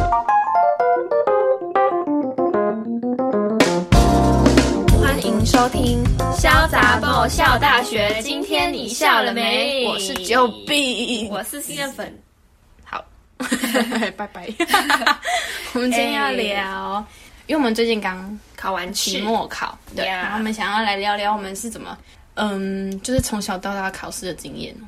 欢迎收听《潇洒爆笑大学》，今天你笑了没？ 我是九 B， 我是新人粉。 好，拜拜。我们今天要聊，因为我们最近刚考完期末考，对，然后我们想要来聊聊我们是怎么，就是从小到大考试的经验。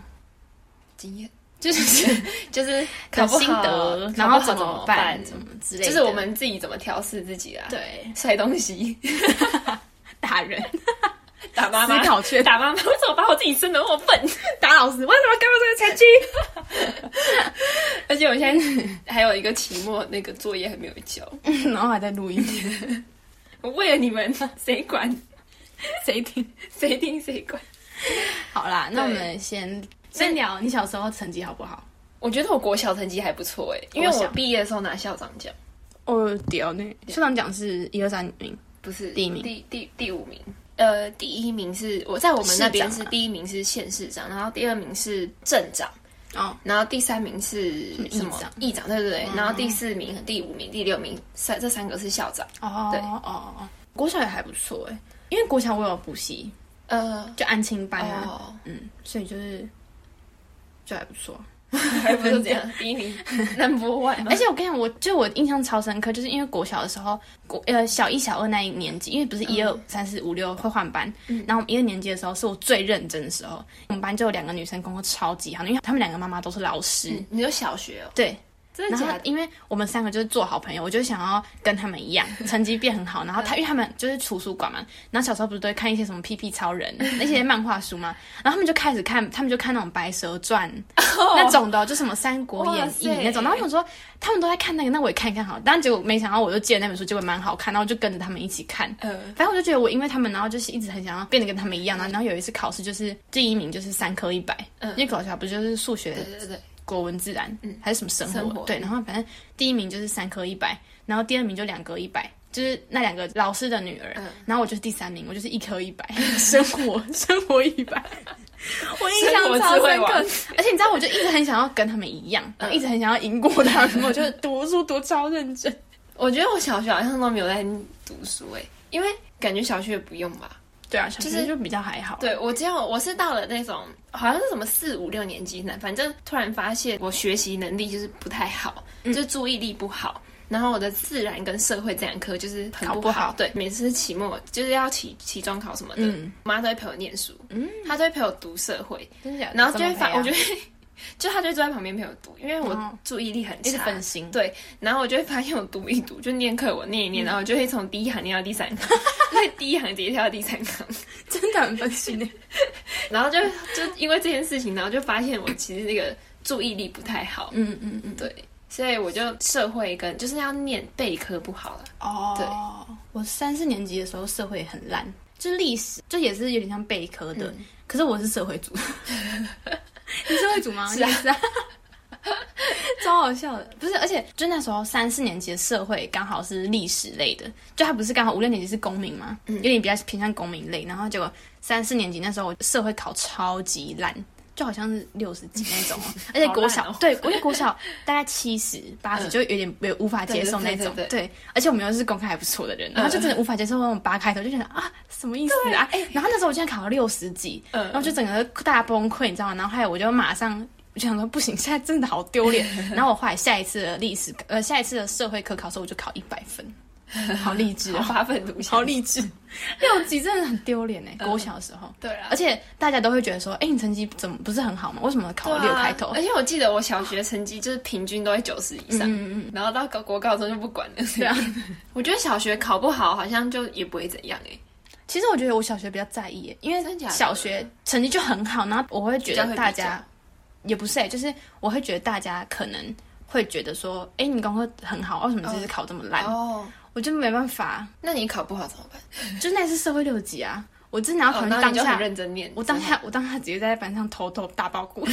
就是考心得，然后怎么办，怎么之类的， 就是我们自己怎么调试自己啦。 对， 摔东西， 打人， 打妈妈， 思考圈， 打妈妈，为什么把我自己生得那么笨？ 打老师，为什么给我这个成绩？ 而且我现在还有一个期末那个作业还没有交， 然后还在录音。 我为了你们，谁管？ 谁听？ 谁听？谁管？ 好啦，那我们先聊你小时候成绩好不好？ 我觉得我国小成绩还不错因为我毕业的时候拿校长奖。 哦，屌呢！校长奖是1、2、3名， 不是第一名， 第5名。第一名是我在我们那边是第一名是县市长，然后第2名是镇长，然后第3名是什么议长，对对对，然后第4名、第5名、第6名，这3个是校长。对， 国小也还不错因为国小我有补习，就安亲班所以就还不错。 还不是这样，第一名 number one。 而且我跟你讲，我印象超深刻，就是因为国小的时候，小1、小2那一年级，因为不是1、2、3、4、5、6会换班，然后我们1、2年级的时候是我最认真的时候，我们班就有2个女生功课超级好，因为她们2个妈妈都是老师。 你有小学对。 真的假的？ 然后因为我们3个就是做好朋友，我就想要跟他们一样，成绩变很好。然后因为他们就是图书馆嘛，然后小时候不是都会看一些什么屁屁超人那些漫画书嘛，然后他们就开始看，他们就看那种白蛇传那种的，就什么三国演义那种。然后我想说他们都在看那个，那我也看一看好了。但结果没想到我就借那本书，结果蛮好看，然后我就跟着他们一起看。反正我就觉得我因为他们，然后就是一直很想要变得跟他们一样。然后有一次考试就是第1名就是3科100，因为国小不就是数学对。 国文自然，还是什么生活对，然后反正第1名就是3科100，然后第2名就2科100，就是那2个老师的女儿，然后我就是第3名，我就是1科100，生活100，我印象超深刻。而且你知道，我就一直很想要跟他们一样，一直很想要赢过他们，我就读书读超认真。 我觉得我小学好像都没有在读书因为感觉小学不用吧。 对啊，小学就比较还好。 对，我是到了那种好像是什么4、5、6年级反正突然发现我学习能力就是不太好，就是注意力不好，然后我的自然跟社会这2科就是很不好。对，每次期末就是要期中考什么的，我妈都会陪我念书，她都会陪我读社会， 真的假的？ 然后就会我觉得。就他就坐在旁边陪我读，因为我注意力很差， 一直分心。 对，然后我就会发现我读一读，就念课我念一念，然后我就会从第1行念到第3行，因为第1行直接跳到第3行， 真的很分心然后就因为这件事情，然后就发现我其实那个注意力不太好。对，所以我就社会跟就是要念备科不好了。对， 我3、4年级的时候社会很烂，就历史就也是有点像备科的，可是我是社会组。你社会组吗？ 是啊， 超好笑的。不是，而且就那时候3、4年级的社会刚好是历史类的，就它不是刚好5、6年级是公民嘛，有点比较偏向公民类。然后结果3、4年级那时候我社会考超级烂，就好像是60几那种而且国小对，我觉得国小大概70、80就有点无法接受那种。对，而且我们又是功课还不错的人，然后就真的无法接受那种8开头，就觉得什么意思啊？然后那时候我竟然考了60几，然后就整个大崩溃，你知道吗？然后还有我就马上我就想说不行，现在真的好丢脸。然后我后来下一次的下一次的社会科考的时候，我就考100分，好励志哦 ，8分读书， 好励志。6级真的很丢脸国小的时候。对啊，而且大家都会觉得说，你成绩怎么不是很好吗？为什么考了6开头？ 而且我记得我小学成绩就是平均都会90以上，然后到国高中就不管了。对啊，我觉得小学考不好好像就也不会怎样其实我觉得我小学比较在意因为小学成绩就很好，然后我会觉得大家也不是就是我会觉得大家可能会觉得说，你功课很好，为什么这次考这么烂？我就没办法。 那你考不好怎么办？ 就那次社会6级啊，我真的要考虑当下很认真念。 我当下直接在班上偷大爆哭，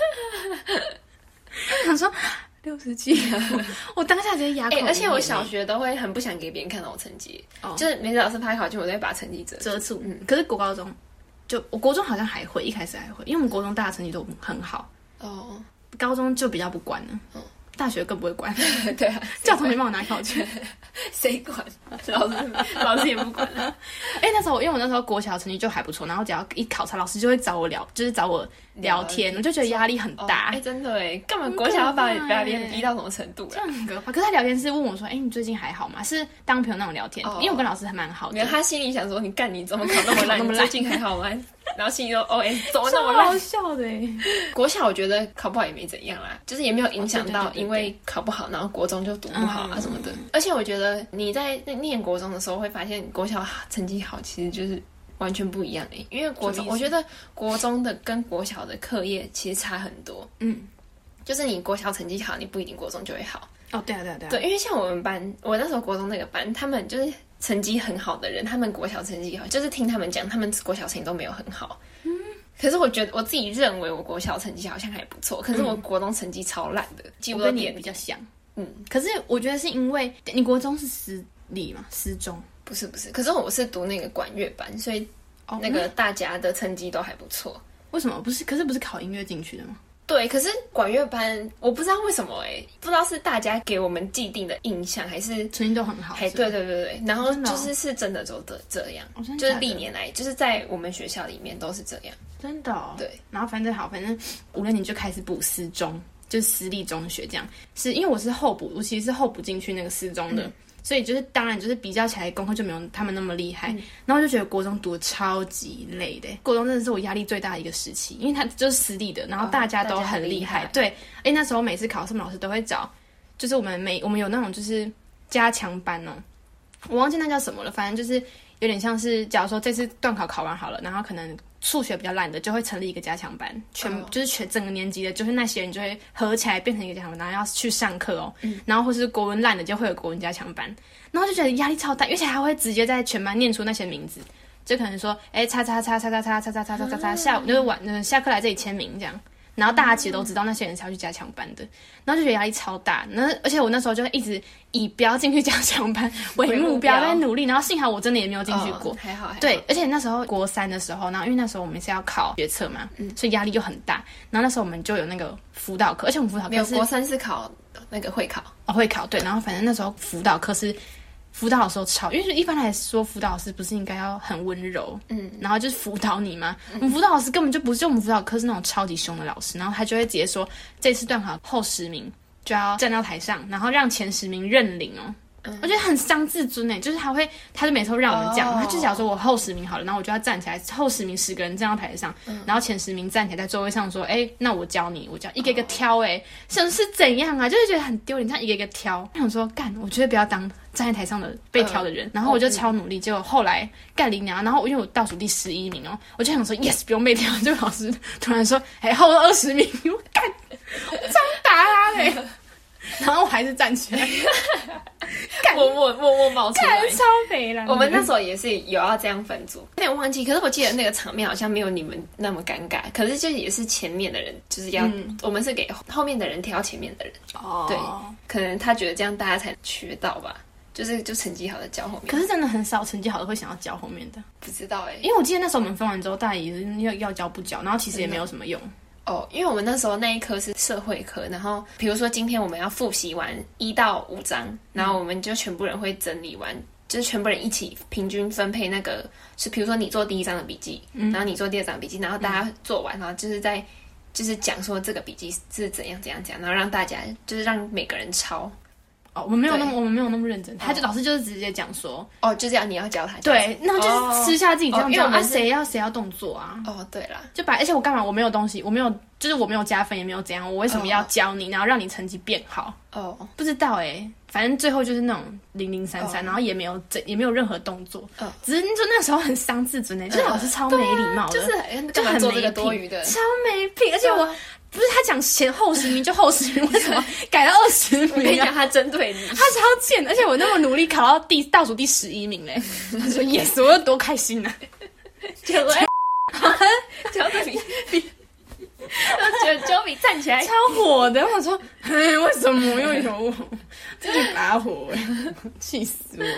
想说60几，我当下直接哑口无言。 而且我小学都会很不想给别人看到我成绩，就是每次老师拍考卷，我都会把成绩遮住。可是国高中我国中好像还会，一开始还会，因为我们国中大家成绩都很好。高中就比较不管了。 大学更不会管， 对啊， 教头没帮我拿考卷， 谁管？老师也不管了。 那时候因为我那时候国小成绩就还不错，然后只要一考察，老师就会找我聊，就是找我聊天，我就觉得压力很大。 真的干嘛国小要把别人逼到什么程度？ 这样很可怕。可是他聊天是问我说：“你最近还好吗？”是当朋友那种聊天，因为我跟老师还蛮好的。 他心里想说：“你怎么考那么烂？你最近还好吗？”然后心里说：“怎么那么烂？” 超好笑的国小我觉得考不好也没怎样啦，就是也没有影响到，因为考不好，然后国中就读不好啊什么的。而且我觉得你在念国中的时候会发现，国小成绩好其实就是完全不一样因为国中我觉得国中的跟国小的课业其实差很多。就是你国小成绩好，你不一定国中就会好。 对啊。 对，因为像我们班，我那时候国中那个班，他们就是成绩很好的人，他们国小成绩好，就是听他们讲，他们国小成绩都没有很好。可是我觉得我自己认为我国小成绩好像还不错，可是我国中成绩超烂的，几乎都点比较像。可是我觉得是因为你国中是私立嘛，私中不是，可是我是读那个管乐班，所以那个大家的成绩都还不错。 为什么不是？可是不是考音乐进去的吗？ 对，可是管乐班我不知道为什么不知道是大家给我们既定的印象，还是成绩都很好。 对，然后就是真的就这样，就是历年来就是在我们学校里面都是这样， 真的对。 然后反正5、6年就开始补私中，就是私立中学这样。是因为我是候补，我其实是候补进去那个私中的。所以就是当然就是比较起来功课就没有他们那么厉害，然后就觉得国中读得超级累的，国中真的是我压力最大的一个时期，因为它就是私立的，然后大家都很厉害，对，那时候每次考试老师都会找，就是我们有那种就是加强班我忘记那叫什么了，反正就是有点像是假如说这次段考考完好了，然后可能数学比较烂的就会成立一个加强班，就是整个年级的，就是那些人就会合起来变成一个加强班，然后要去上课然后或是国文烂的就会有国文加强班，然后就觉得压力超大，而且还会直接在全班念出那些名字，就可能说叉叉叉叉叉叉叉叉叉叉叉，下午就是下课来这里签名这样。然后大家其实都知道那些人是要去加强班的，然后就觉得压力超大。而且我那时候就一直以不要进去加强班为目标在努力，然后幸好我真的也没有进去过， 还好。 对，而且那时候国3的时候，然后因为那时候我们是要考学测嘛，所以压力就很大。然后那时候我们就有那个辅导课，而且我们辅导课没有国3是考那个会考会考对，然后反正那时候辅导课是。辅导的时候因为一般来说辅导老师不是应该要很温柔，然后就是辅导你吗？我们辅导老师根本就不是，我们辅导课是那种超级凶的老师，然后他就会直接说这次段考后10名就要站到台上，然后让前10名认领我觉得很伤自尊就是他就每次都让我们讲，他就假如说我后10名好了，然后我就要站起来，后10名10个人站到台上，然后前10名站起来在座位上说，那我教你，一个一个挑想是怎样啊，就是觉得很丢脸，这样一个一个挑，我想说我绝对不要当站在台上的被挑的人，然后我就超努力，结果后来干领奖，然后因为我倒数第11名我就想说 yes 不用被挑，就老师突然说后20名，我超打他嘞。然后我还是站起来， 默默冒出来， 超肥了。 我们那时候也是有要这样分组，有点忘记。可是我记得那个场面好像没有你们那么尴尬，可是就也是前面的人就是要，我们是给后面的人挑前面的人。对，可能他觉得这样大家才学到吧。就成绩好的教后面， 可是真的很少成绩好的会想要教后面的， 不知道因为我记得那时候我们分完之后，大家也是要教不教，然后其实也没有什么用。 因为我们那时候那一科是社会科，然后比如说今天我们要复习完1到5章，然后我们就全部人会整理完，就是全部人一起平均分配那个，是比如说你做第1章的笔记，然后你做第2章笔记，然后大家做完，然后就是讲说这个笔记是怎样，然后让大家就是让每个人抄。 我们没有那么认真，老师就是直接讲说， 就这样你要教他。 对，那就是私下自己这样讲，谁要动作啊？ 对啦， 而且我干嘛？我没有东西，我没有加分，也没有怎样，我为什么要教你，然后让你成绩变好？不知道反正最后就是那种0-0-3-3，然后也没有任何动作，只是就那时候很伤自尊就是老师超没礼貌的， 就很做这个多余的， 超没品，而且我。不是他讲前后10名就后10名，为什么改到20名？ 我跟你讲，他针对你， 他超贱，而且我那么努力考到倒数第11名嘞，他说 yes， 我有多开心啊！ 就这比，就比站起来超火的，我说为什么又有我自己把火气死我！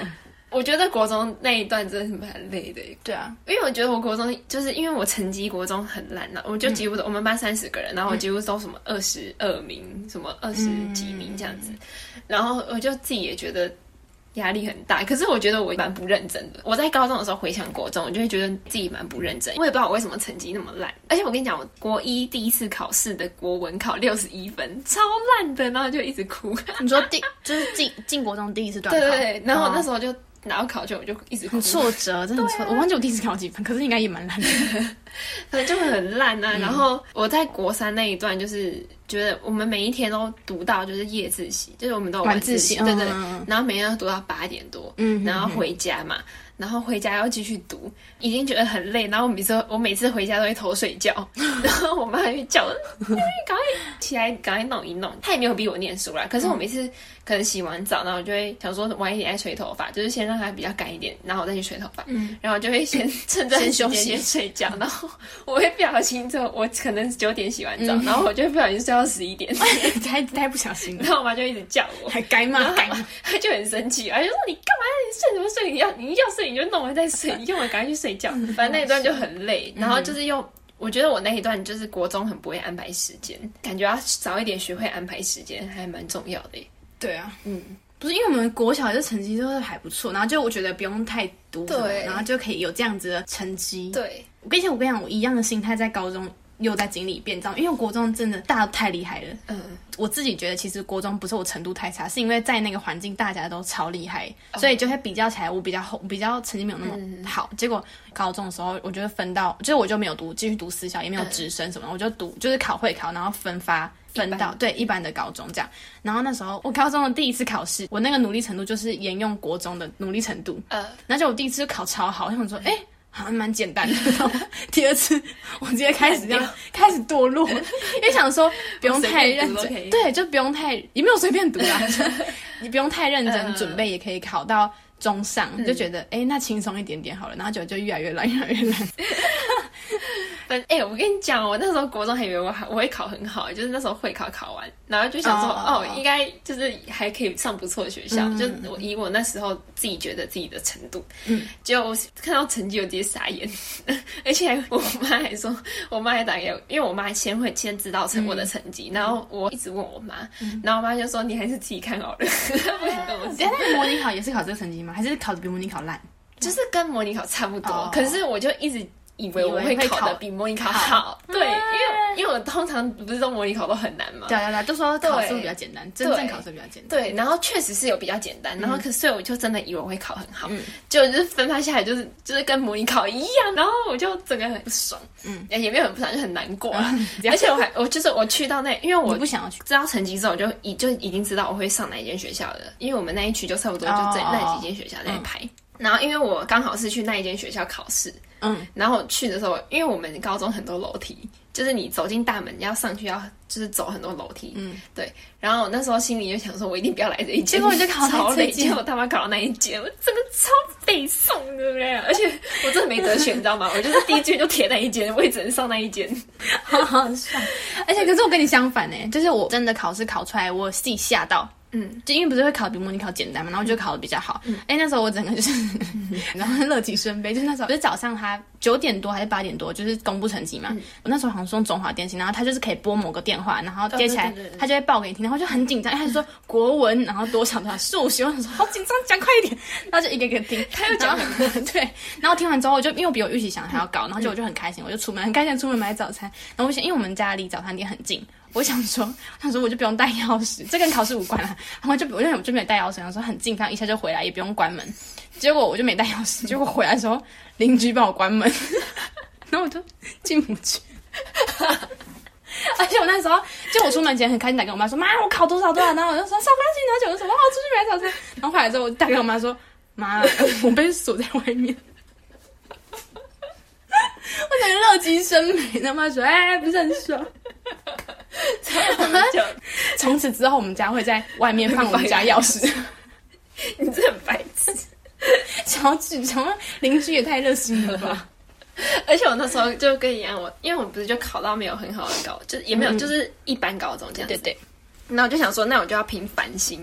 我觉得国中那一段真的是蛮累的。 对啊， 因为我觉得我国中就是因为我成绩国中很烂了，我就几乎都我们班30个人，然后我几乎都什么22名，什么20几名这样子，然后我就自己也觉得压力很大。可是我觉得我蛮不认真的。我在高中的时候回想国中，我就会觉得自己蛮不认真。我也不知道我为什么成绩那么烂。而且我跟你讲，我国一第一次考试的国文考61分，超烂的，然后就一直哭。 你说就是进国中第一次段考， 对对对，然后我那时候就拿到考卷，我就一直哭， 很挫折，真的挫折。我忘记我第一次考几分，可是应该也蛮烂的， 反正就很烂啊。然后我在国三那一段，就是觉得我们每一天都读到就是夜自习，就是我们都有晚自习，对对，然后每天都读到8点多，然后回家嘛。然后回家要继续读，已经觉得很累。然后我每次回家都会偷睡觉，然后我妈会叫我赶快起来，赶快弄一弄。她也没有逼我念书啦，可是我每次可能洗完澡，然后我就会想说晚一点再吹头发，就是先让它比较干一点，然后我再去吹头发。然后我就会先趁这段时间先睡觉，然后我会不小心我可能9点洗完澡，然后我就会不小心睡到11点， 太不小心了。 然后我妈就一直叫我， 还该骂， 她就很生气，她就说你干嘛？你睡什么睡？你要睡你就弄完再睡，你用完赶快去睡觉。反正那一段就很累，然后就是我觉得我那一段就是国中很不会安排时间，感觉要早一点学会安排时间还蛮重要的耶。 对啊，不是因为我们国小就成绩都是还不错，然后就我觉得不用太多，对，然后就可以有这样子的成绩。对，我跟你讲，我一样的心态在高中又在经历一遍，因为我国中真的大家都太厉害了。我自己觉得其实国中不是我程度太差，是因为在那个环境大家都超厉害，所以就会比较起来我比较成绩没有那么好。结果高中的时候我就分到，就是我就没有继续读私校，也没有直升什么，我就就是考会考，然后分到对一般的高中这样。然后那时候我高中的第一次考试，我那个努力程度就是沿用国中的努力程度，然后就我第一次就考超好，我想说好像蛮简单的。然后第二次我直接开始堕落，因为想说不用太认真，对，就不用太也没有随便读啦，你不用太认真准备也可以考到中上，就觉得那轻松一点点好了，然后就越来越烂，越来越烂。 我跟你讲，我那时候国中还以为我会考很好，就是那时候会考完，然后就想说应该就是还可以上不错的学校，就以我那时候自己觉得自己的程度，结果我看到成绩我直接傻眼，而且我妈还打给我，因为我妈先知道我的成绩，然后我一直问我妈，然后我妈就说你还是自己看好了，不想跟我说。 那模拟考也是考这个成绩吗？还是考的比模拟考烂？ 就是跟模拟考差不多，可是我就一直以为我会考的比模拟考好，对，因为我通常不是说模拟考都很难嘛， 对，都说考试比较简单，真正考试比较简单， 对，然后确实是有比较简单，然后所以我就真的以为我会考很好，结果就是分发下来就是跟模拟考一样，然后我就整个很不爽，也没有很不爽，就很难过啊，而且我去到那，因为我不想要去， 知道成绩之后，我就已经知道我会上哪一间学校了，因为我们那一区就差不多就在那几间学校在排。然后因为我刚好是去那一间学校考试，然后去的时候，因为我们高中很多楼梯，就是你走进大门要上去要就是走很多楼梯，对。然后我那时候心里就想说，我一定不要来这一间， 结果我就考超累，结果我他妈考到那一间，我真的超背诵的，而且我真的没得选，你知道吗？我就是第一卷就填那一间，我也只能上那一间， 好好笑。而且可是我跟你相反就是我真的考试考出来，我自己吓到。就因为不是会考比模拟考简单嘛，然后就考得比较好。那时候我整个就是，然后乐极生悲，就是那时候不是早上他9点多还是8点多，就是公布成绩嘛。我那时候好像是用中华电信，然后他就是可以拨某个电话，然后接起来他就会报给你听，然后就很紧张，因为他就说国文，然后多少数学，我想说好紧张，讲快一点，然后就一个一个听， 他又讲对，然后听完之后我就因为我比我预期想还要高，然后我就很开心，我就很开心出门买早餐，然后我想因为我们家离早餐店很近。我想说我就不用带钥匙，这跟考试无关啦。然后我就没有带钥匙，然后说很近，一下就回来，也不用关门。结果我就没带钥匙，结果回来的时候邻居帮我关门，然后我就进不去。而且我那时候就我出门前很开心，打给我妈说妈我考多少，然后我就说少关心，然后就说我出去买早餐。然后回来之后我打给我妈说妈我被锁在外面。我整个乐极生悲，他妈说不是很爽。从此之后，我们家会在外面放我们家钥匙。 你真的很白痴！ 小邻居也太热心了吧！ 而且我那时候就跟你一样，因为我不是就考到没有很好的高，就也没有就是一般高中这样子。对。那我就想说，那我就要拼繁星。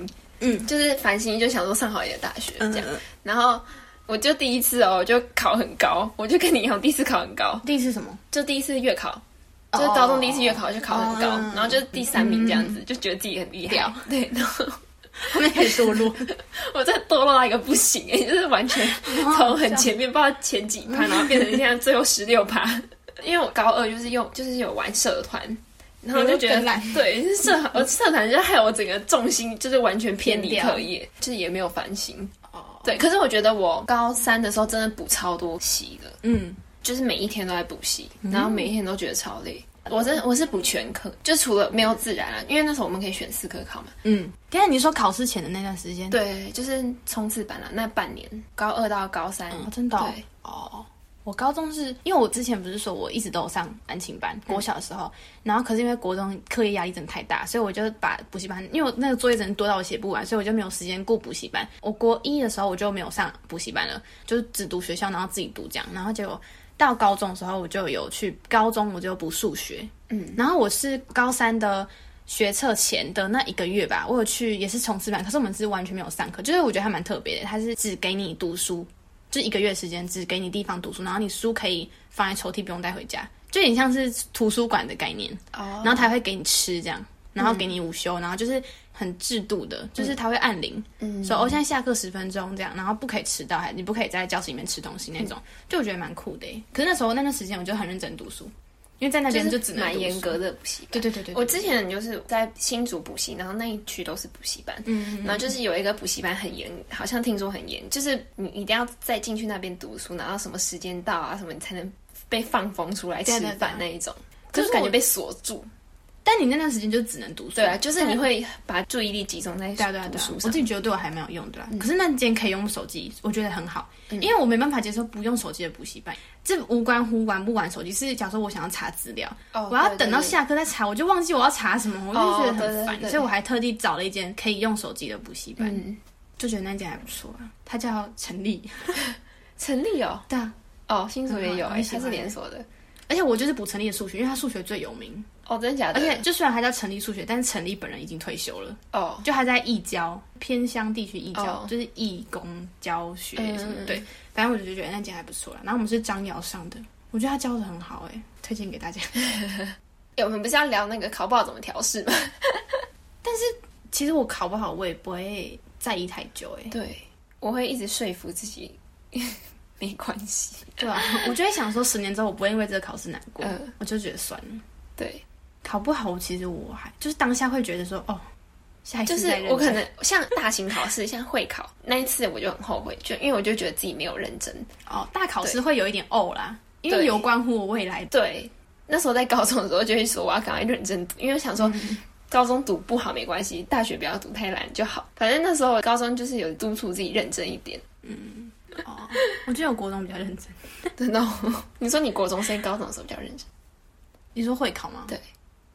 就是繁星就想说上好一点大学这样，然后我就第一次我就考很高，我就跟你一样，第一次考很高。 第一次什么？ 就第一次月考，就是高中第一次月考就考很高，然后就是第3名这样子，就觉得自己很厉害。对，然后后面开始堕落， 我真的堕落到一个不行就是完全从很前面不知道前几趴，然后变成现在最后16趴。因为我高2就是有玩社团。然后就觉得对社团就害我整个重心就是完全偏离课业，就是也没有繁星。对，可是我觉得我高3的时候真的补超多习的，就是每一天都在补习，然后每一天都觉得超累。我是补全科，就除了没有自然因为那时候我们可以选4科考嘛。 刚才你说考试前的那段时间， 对，就是冲刺班那半年，高2到高3。 真的对我高中是因为我之前不是说我一直都有上安亲班，国小的时候，然后可是因为国中课业压力真的太大，所以我就把补习班，因为我那个作业真的多到我写不完，所以我就没有时间顾补习班。我国1的时候我就没有上补习班了，就是只读学校，然后自己读这样。然后结果到高中的时候，我就有去高中，我就补数学。然后我是高3的学测前的那1个月吧，我有去也是冲刺班，可是我们是完全没有上课，就是我觉得还蛮特别的，它是只给你读书。就1个月时间，只给你地方读书，然后你书可以放在抽屉，不用带回家，就有点像是图书馆的概念。然后他会给你吃这样，然后给你午休，然后就是很制度的，就是他会按铃，说现在下课10分钟这样，然后不可以迟到，你不可以在教室里面吃东西那种，就我觉得蛮酷的。可是那时候那段时间我就很认真读书。因为在那边就只能蛮严格的补习班。 对， 我之前就是在新竹补习，然后那一区都是补习班，然后就是有一个补习班很严，好像听说很严，就是你一定要再进去那边读书，然后什么时间到啊什么，你才能被放风出来吃饭那一种，就是感觉被锁住。 但你那段时间就只能读书， 对啊，就是你会把注意力集中在读书上。 我自己觉得对我还蛮有用的啦。可是那间可以用手机，我觉得很好，因为我没办法接受不用手机的补习班。这无关乎玩不玩手机，是假如说我想要查资料，我要等到下课再查，我就忘记我要查什么，我就觉得很烦。所以我还特地找了一间可以用手机的补习班，就觉得那间还不错啊。它叫成立， 成立哦， 对啊， 新竹也有它是连锁的。 而且我就是补成立的数学，因为他数学最有名。 真的假的？ 而且就虽然他叫成立数学，但是成立本人已经退休了。就他在义教偏乡地区义教，就是义工教学什么对，反正我就觉得那间还不错啦。然后我们是张瑶上的，我觉得他教的很好推荐给大家。 我们不是要聊那个考不好怎么调试吗？ 但是其实我考不好，我也不会在意太久对，我会一直说服自己。没关系， 对啊，我就会想说10年之后我不会因为这个考试难过，我就觉得算了。 对， 考不好，其实我还就是当下会觉得说，下一次就是我可能像大型考试，像会考那一次，我就很后悔，就因为我就觉得自己没有认真。 大考试会有一点啦，因为有关乎我未来。 对，那时候在高中的时候就会说我要赶快认真读，因为我想说。高中读不好没关系，大学不要读太烂就好。反正那时候高中就是有督促自己认真一点。 我觉得我国中比较认真。 真的你说你国中升高中的时候比较认真？ 你说会考吗？ 对。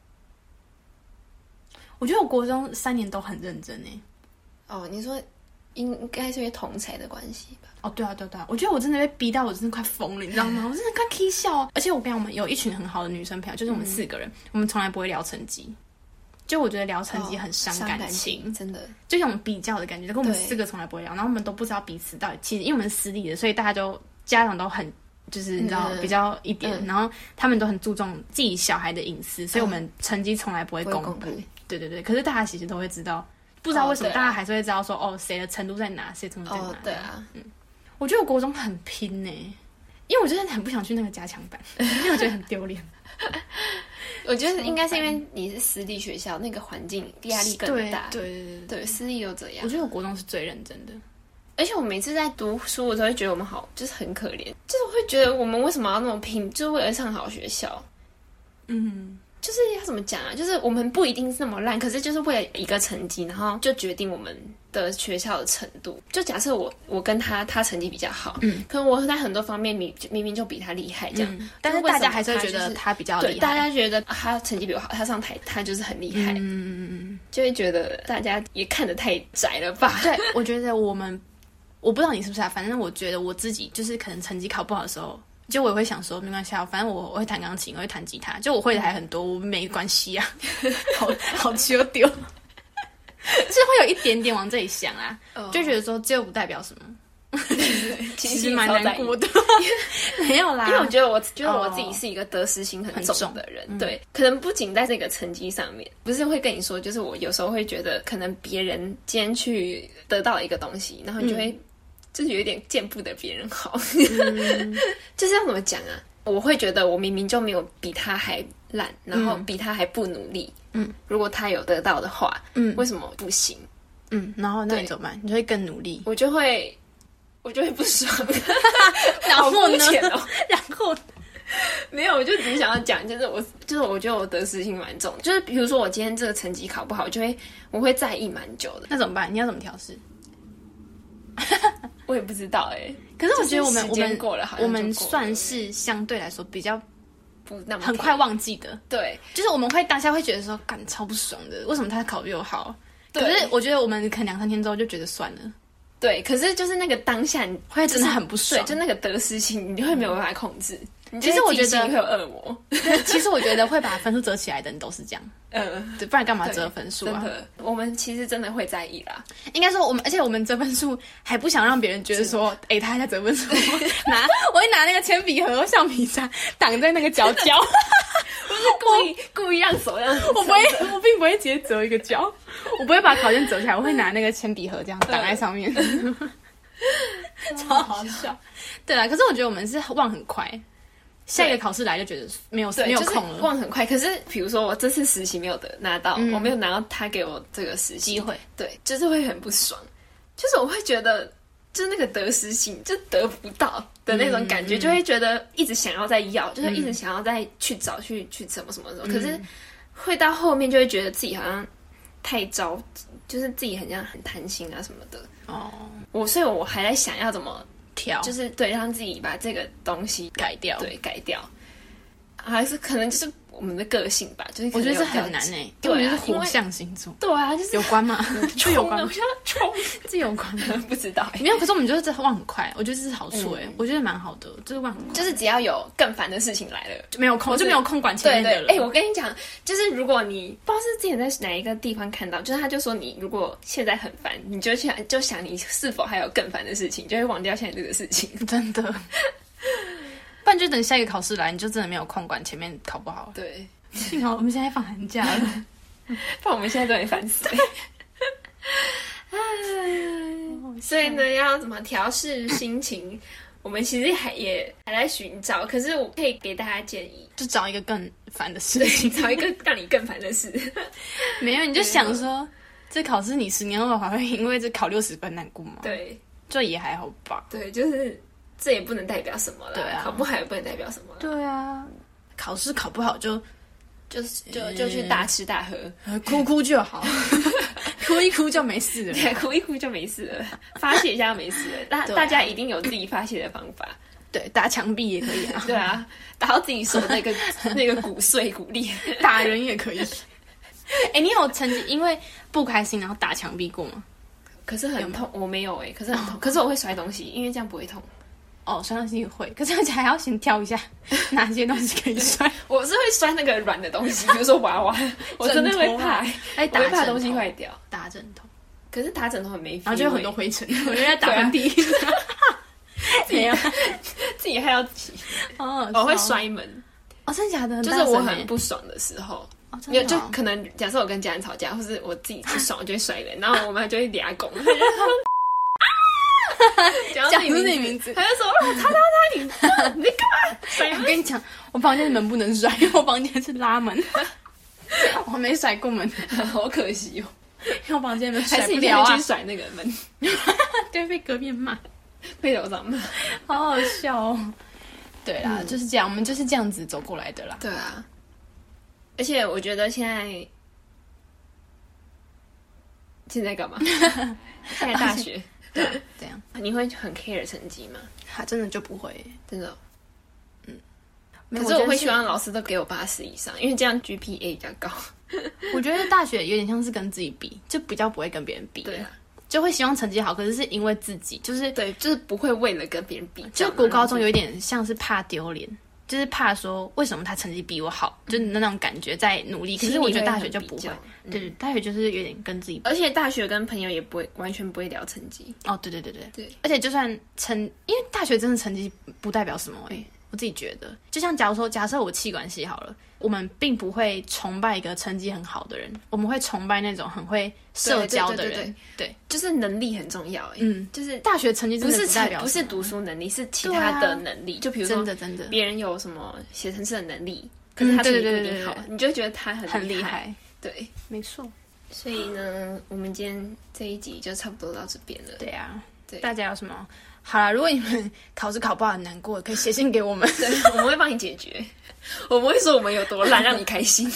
我觉得我国中3年都很认真你说应该是因为同侪的关系吧？ 对啊，我觉得我真的被逼到我真的快疯了，你知道吗？我真的快气笑。而且我跟我们有一群很好的女生朋友，就是我们4个人，我们从来不会聊成绩。就我觉得聊成绩很伤感情， 真的， 就有种比较的感觉。跟我们4个从来不会聊，然后我们都不知道彼此到底。其实因为我们是私立的，所以大家就家长都很就是你知道比较一点，然后他们都很注重自己小孩的隐私，所以我们成绩从来不会公布。对，可是大家其实都会知道，不知道为什么大家还是会知道说谁的程度在哪，谁程度在哪。 对啊， 我觉得我国中很拼因为我真的很不想去那个加强班，因为我觉得很丢脸。 我觉得应该是因为你是私立学校，那个环境压力更大。对，私立又这样。 我觉得我国中是最认真的， 而且我每次在读书，我都会觉得我们好，就是很可怜，就是我会觉得我们为什么要那么拼，就是为了上好学校。就是要怎么讲啊？就是我们不一定是那么烂，可是就是为了一个成绩，然后就决定我们的学校的程度。就假设我跟他成绩比较好，可能我在很多方面明明就比他厉害，这样， 但是大家还是会觉得他比较厉害。 对，大家觉得他成绩比我好，他上台他就是很厉害，就会觉得大家也看得太窄了吧？ 对，我觉得我不知道你是不是反正我觉得我自己就是可能成绩考不好的时候。就我也会想说，没关系，反正我会弹钢琴，我会弹吉他，就我会的还很多，我没关系啊，好丢丢。 就是会有一点点往这里想啊，就觉得说这又不代表什么。其实蛮难过的。没有啦， 因为我觉得我自己是一个得失心很重的人，对，可能不仅在这个成绩上面，不是会跟你说，就是我有时候会觉得，可能别人今天去得到一个东西，然后你就会就是有一点见不得别人好，就是要怎么讲啊？我会觉得我明明就没有比他还烂，然后比他还不努力，如果他有得到的话，为什么不行？ 然后那你怎么办？你就会更努力， 我就会不爽。 然后呢？ 然后没有，我就只是想要讲，就是我觉得我得失心蛮重，就是比如说我今天这个成绩考不好，我会在意蛮久的。 那怎么办？你要怎么调试？ 我也不知道可是我觉得我们算是相对来说比较不那么很快忘记的。 对， 就是我们会当下会觉得说，干超不爽的，为什么他考比我好？可是我觉得我们可能2-3天之后就觉得算了。 对，可是就是那个当下你会真的很不爽， 对，就那个得失心，你就会没有办法控制。 其实我觉得会有恶魔。 其实我觉得会把分数折起来的人都是这样。对，不然干嘛折分数啊？ 真的，我们其实真的会在意啦。 应该说而且我们折分数还不想让别人觉得说，他还在折分数。我会拿那个铅笔盒、橡皮擦挡在那个角角。 我是故意让手这样子。 我并不会直接折一个角，我不会把考卷折起来，我会拿那个铅笔盒这样挡在上面。超好笑。对啦，可是我觉得我们是忘很快。下一个考试来就觉得没有空了， 就是忘很快。可是比如说我这次实习没有拿到，我没有拿到他给我这个实习机会， 对，就是会很不爽。就是我会觉得，就是那个得失心就得不到的那种感觉，就会觉得一直想要再要，就是一直想要再去找去什么什么什么。可是会到后面就会觉得自己好像太着急，就是自己很像很贪心啊什么的。所以我还在想要怎么。就是对，让自己把这个东西改掉， 对，改掉，还是可能就是我们的个性吧，就是我觉得这很难因为是火象星座， 对啊，就是有关吗？ 这有关，我想冲， 这有关吗？ 不知道， 没有。可是我们就是这忘很快，我觉得这是好处我觉得蛮好的，就是忘很快， 就是只要有更烦的事情来了， 就没有空管前面的人。 对，我跟你讲，就是如果你不知道是之前在哪一个地方看到，就是他就说你如果现在很烦，你就想你是否还有更烦的事情，就会忘掉现在这个事情， 真的。不然就等下一个考试来，你就真的没有空管前面考不好。 对， 幸好我们现在放寒假了， 不然我们现在都没烦死。所以呢，要怎么调试心情？我们其实也还在寻找，可是我可以给大家建议， 就找一个更烦的事情， 找一个让你更烦的事。 没有，你就想说，这考试你10年后还会因为这考60分难过吗？ 对， 这也还好吧。 对，就是这也不能代表什么了。 对啊， 考不好也不能代表什么了。 对啊，考试考不好就去大吃大喝， 哭哭就好。哭一哭就没事了， 对，哭一哭就没事了，发泄一下就没事了。大家一定有自己发泄的方法， 对，打墙壁也可以啊， 对啊，打到自己手那个骨碎骨裂， 打人也可以。你有曾经因为不开心然后打墙壁过吗？ 可是很痛，我没有可是很痛，可是我会摔东西，因为这样不会痛。 摔东西会，可是而且还要先挑一下哪些东西可以摔。 我是会摔那个软的东西，比如说娃娃，我真的会怕，我会怕东西坏掉。 打枕头， 可是打枕头很没 feel， 然后就有很多灰尘，我就在打喷嚏。 自己还要起，我会摔门。 真的假的？ 就是我很不爽的时候，就可能假设我跟家人吵架，或是我自己不爽，我就会摔人，然后我妈就会俩拱。讲出自己名字，他就说：“叉，你干嘛？” 我跟你讲，我房间的门不能摔，因为我房间是拉门，我没甩过门， 好可惜哦。 因为我房间门甩不了还是你去甩那个门， 就会被隔壁骂， 被楼长骂， 好好笑哦。对啦，就是这样，我们就是这样子走过来的啦。 对啊，而且我觉得现在干嘛？现在大学。 对，这样你会很 care 成绩吗？ 真的就不会， 真的。可是我会希望老师都给我80以上，因为这样 GPA 比较高。 我觉得大学有点像是跟自己比，就比较不会跟别人比。 对啊， 就会希望成绩好，可是是因为自己，就是对，就是不会为了跟别人比。 就国高中有一点像是怕丢脸， 就是怕说为什么他成绩比我好，就是那种感觉在努力。可是我觉得大学就不会，对，大学就是有点跟自己， 而且大学跟朋友也不会完全不会聊成绩。 哦，对，而且就算因为大学真的成绩不代表什么我自己觉得，就像假设我企管系好了，我们并不会崇拜一个成绩很好的人，我们会崇拜那种很会社交的人，对， 就是能力很重要，就是大学成绩真的不代表不是读书能力，是其他的能力，就比如说真的别人有什么写程式的能力，可是他成绩不一定好，你就会觉得他很厉害，对， 没错。 所以呢，我们今天这一集就差不多到这边了。 对啊，对，大家有什么？好啦，如果你们考试考不好很难过，可以写信给我们， 对，我们会帮你解决。我们会说我们有多烂，让你开心。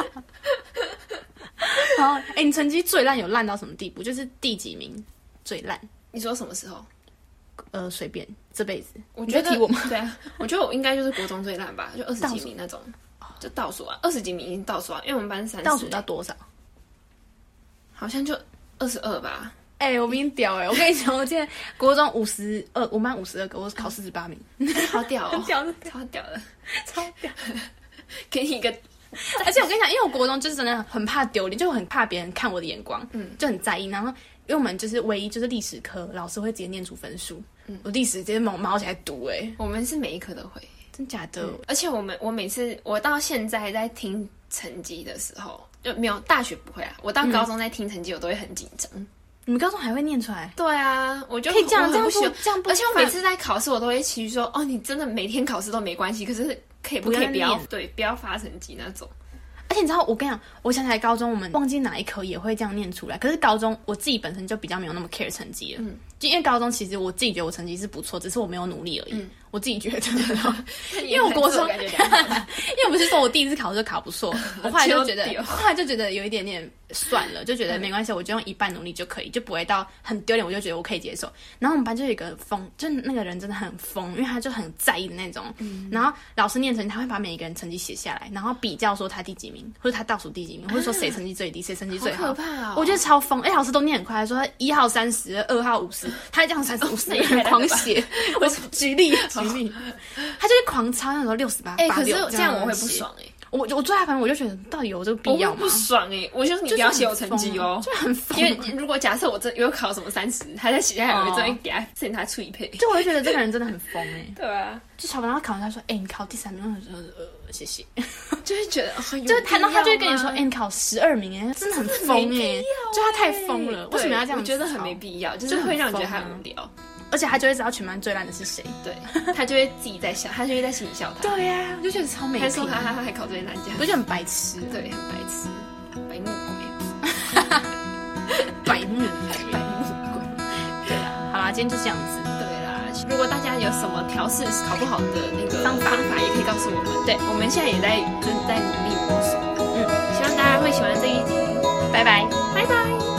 好，你成绩最烂有烂到什么地步？就是第几名最烂？ 你说什么时候？ 随便，这辈子。 我觉得提我吗？ 对啊，我觉得我应该就是国中最烂吧，就20几名那种，就倒数啊，20几名已经倒数啊，因为我们班30。 倒数到多少？ 好像就22吧。 我比你屌我跟你讲，我记得国中52，我们班52个，我考48名， 好屌哦，超屌的，给你一个。 而且我跟你讲，因为我国中就是真的很怕丢脸，就很怕别人看我的眼光，就很在意。然后因为我们就是唯一就是历史科，老师会直接念出分数，我历史直接毛起来读我们是每一科都会， 真假的？ 而且我每次我到现在在听成绩的时候，就没有大学不会啊，我到高中在听成绩，我都会很紧张。 你们高中还会念出来？ 对啊，我就可以这样不而且我每次在考试，我都会期许说，你真的每天考试都没关系，可是可以不要发成绩那种。 而且你知道，我跟你讲，我想起来高中我们忘记哪一科也会这样念出来。可是高中我自己本身就比较没有那么 care 成绩了，就因为高中其实我自己觉得我成绩是不错，只是我没有努力而已。我自己觉得，因为我国中，因为我不是说我第一次考试就考不错，我后来就觉得有一点点算了，就觉得没关系，我就用一半努力就可以，就不会到很丢脸，我就觉得我可以接受。然后我们班就有一个疯，就那个人真的很疯，因为他就很在意的那种。然后老师念成绩，他会把每一个人成绩写下来，然后比较说他第几名，或者他倒数第几名，或者说谁成绩最低，谁成绩最好。 好可怕哦！ 我觉得超疯，老师都念很快，说1号30，2号50，他这样30、50狂写。我举例，他就会狂抄，那时候68、86。 可是这样我会不爽我坐在旁边，我就觉得到底有这个必要吗？ 我会不爽我就是你不要写我成绩哦， 就很疯。 因为如果假设我有考什么30，他再写下来，我就会给他剩他脆配。 就我会觉得这个人真的很疯对啊， 就考完然后考完他说，你考第3名，我说谢谢， 就会觉得就是他，然后他就会跟你说，你考12名，真的很疯就他太疯了，为什么要这样？ 我觉得很没必要，就是会让你觉得他很无聊。 而且他就会知道全班最烂的是谁， 对，他就会自己在笑，他就会在心里笑他。 对呀，我就觉得超没品。 还说他还考最烂， 我就觉得很白痴， 对，很白痴，白目鬼，白目鬼。对啦，好啦，今天就这样子。 对啦，如果大家有什么调试考不好的那个方法，也可以告诉我们。对，我们现在也在努力摸索。希望大家会喜欢这一集。 拜拜， 拜拜。